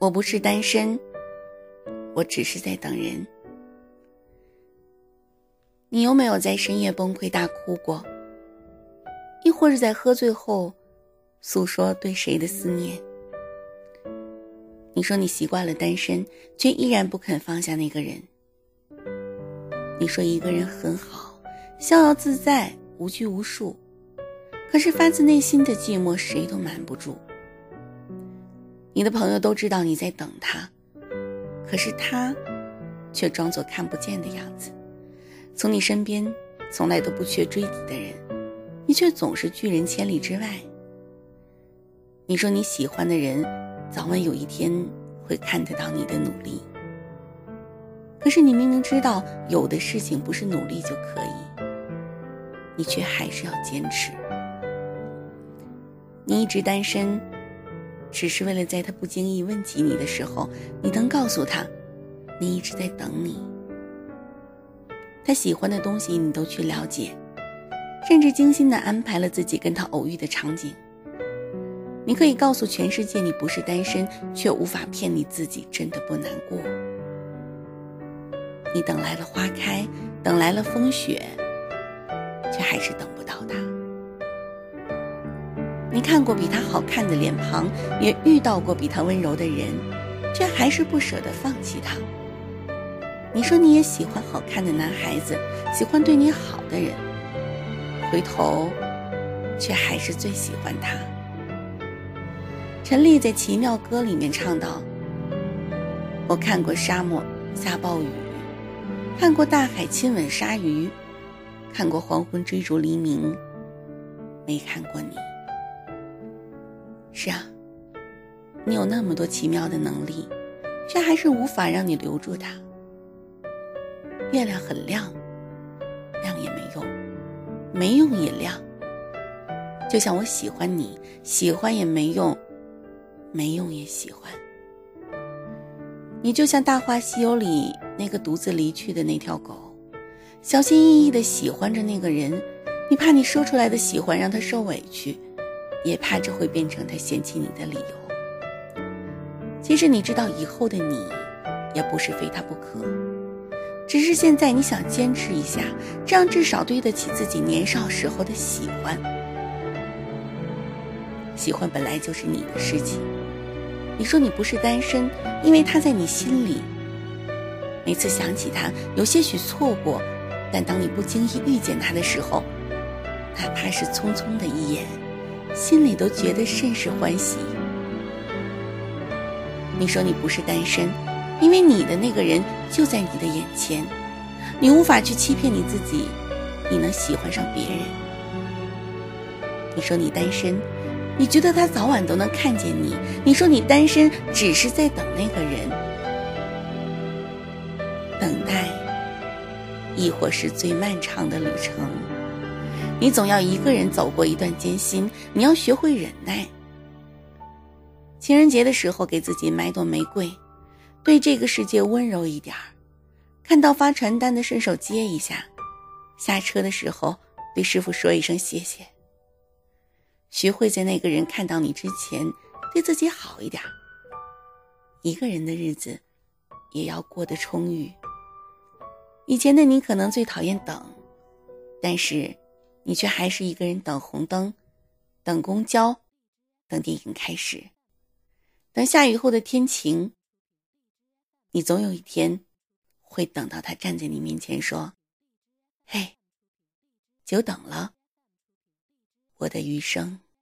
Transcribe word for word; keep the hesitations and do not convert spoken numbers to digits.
我不是单身，我只是在等人。你有没有在深夜崩溃大哭过？亦或是在喝醉后诉说对谁的思念？你说你习惯了单身，却依然不肯放下那个人。你说一个人很好，逍遥自在，无拘无束，可是发自内心的寂寞谁都瞒不住。你的朋友都知道你在等他，可是他却装作看不见的样子。从你身边从来都不缺追你的人，你却总是拒人千里之外。你说你喜欢的人早晚有一天会看得到你的努力，可是你明明知道有的事情不是努力就可以，你却还是要坚持。你一直单身，只是为了在他不经意问起你的时候，你能告诉他你一直在等你。他喜欢的东西你都去了解，甚至精心地安排了自己跟他偶遇的场景。你可以告诉全世界你不是单身，却无法骗你自己真的不难过。你等来了花开，等来了风雪，却还是等不到他。你看过比他好看的脸庞，也遇到过比他温柔的人，却还是不舍得放弃他。你说你也喜欢好看的男孩子，喜欢对你好的人，回头却还是最喜欢他。陈粒在《奇妙歌》里面唱道：我看过沙漠下暴雨，看过大海亲吻鲨鱼，看过黄昏追逐黎明，没看过你。是啊，你有那么多奇妙的能力，却还是无法让你留住它。月亮很亮，亮也没用，没用也亮。就像我喜欢你，喜欢也没用，没用也喜欢。你就像《大话西游》里那个独自离去的那条狗，小心翼翼地喜欢着那个人，你怕你说出来的喜欢让他受委屈，也怕这会变成他嫌弃你的理由。其实你知道以后的你也不是非他不可，只是现在你想坚持一下，这样至少对得起自己年少时候的喜欢。喜欢本来就是你的事情，你说你不是单身，因为他在你心里。每次想起他，有些许错过，但当你不经意遇见他的时候，哪怕是匆匆的一眼，心里都觉得甚是欢喜。你说你不是单身，因为你的那个人就在你的眼前，你无法去欺骗你自己，你能喜欢上别人。你说你单身，你觉得他早晚都能看见你，你说你单身只是在等那个人。等待亦或是最漫长的旅程，你总要一个人走过一段艰辛，你要学会忍耐。情人节的时候给自己买朵玫瑰，对这个世界温柔一点，看到发传单的顺手接一下，下车的时候对师傅说一声谢谢。学会在那个人看到你之前对自己好一点，一个人的日子也要过得充裕。以前的你可能最讨厌等，但是你却还是一个人等红灯，等公交，等电影开始，等下雨后的天晴。你总有一天会等到他站在你面前说：嘿，久等了，我的余生。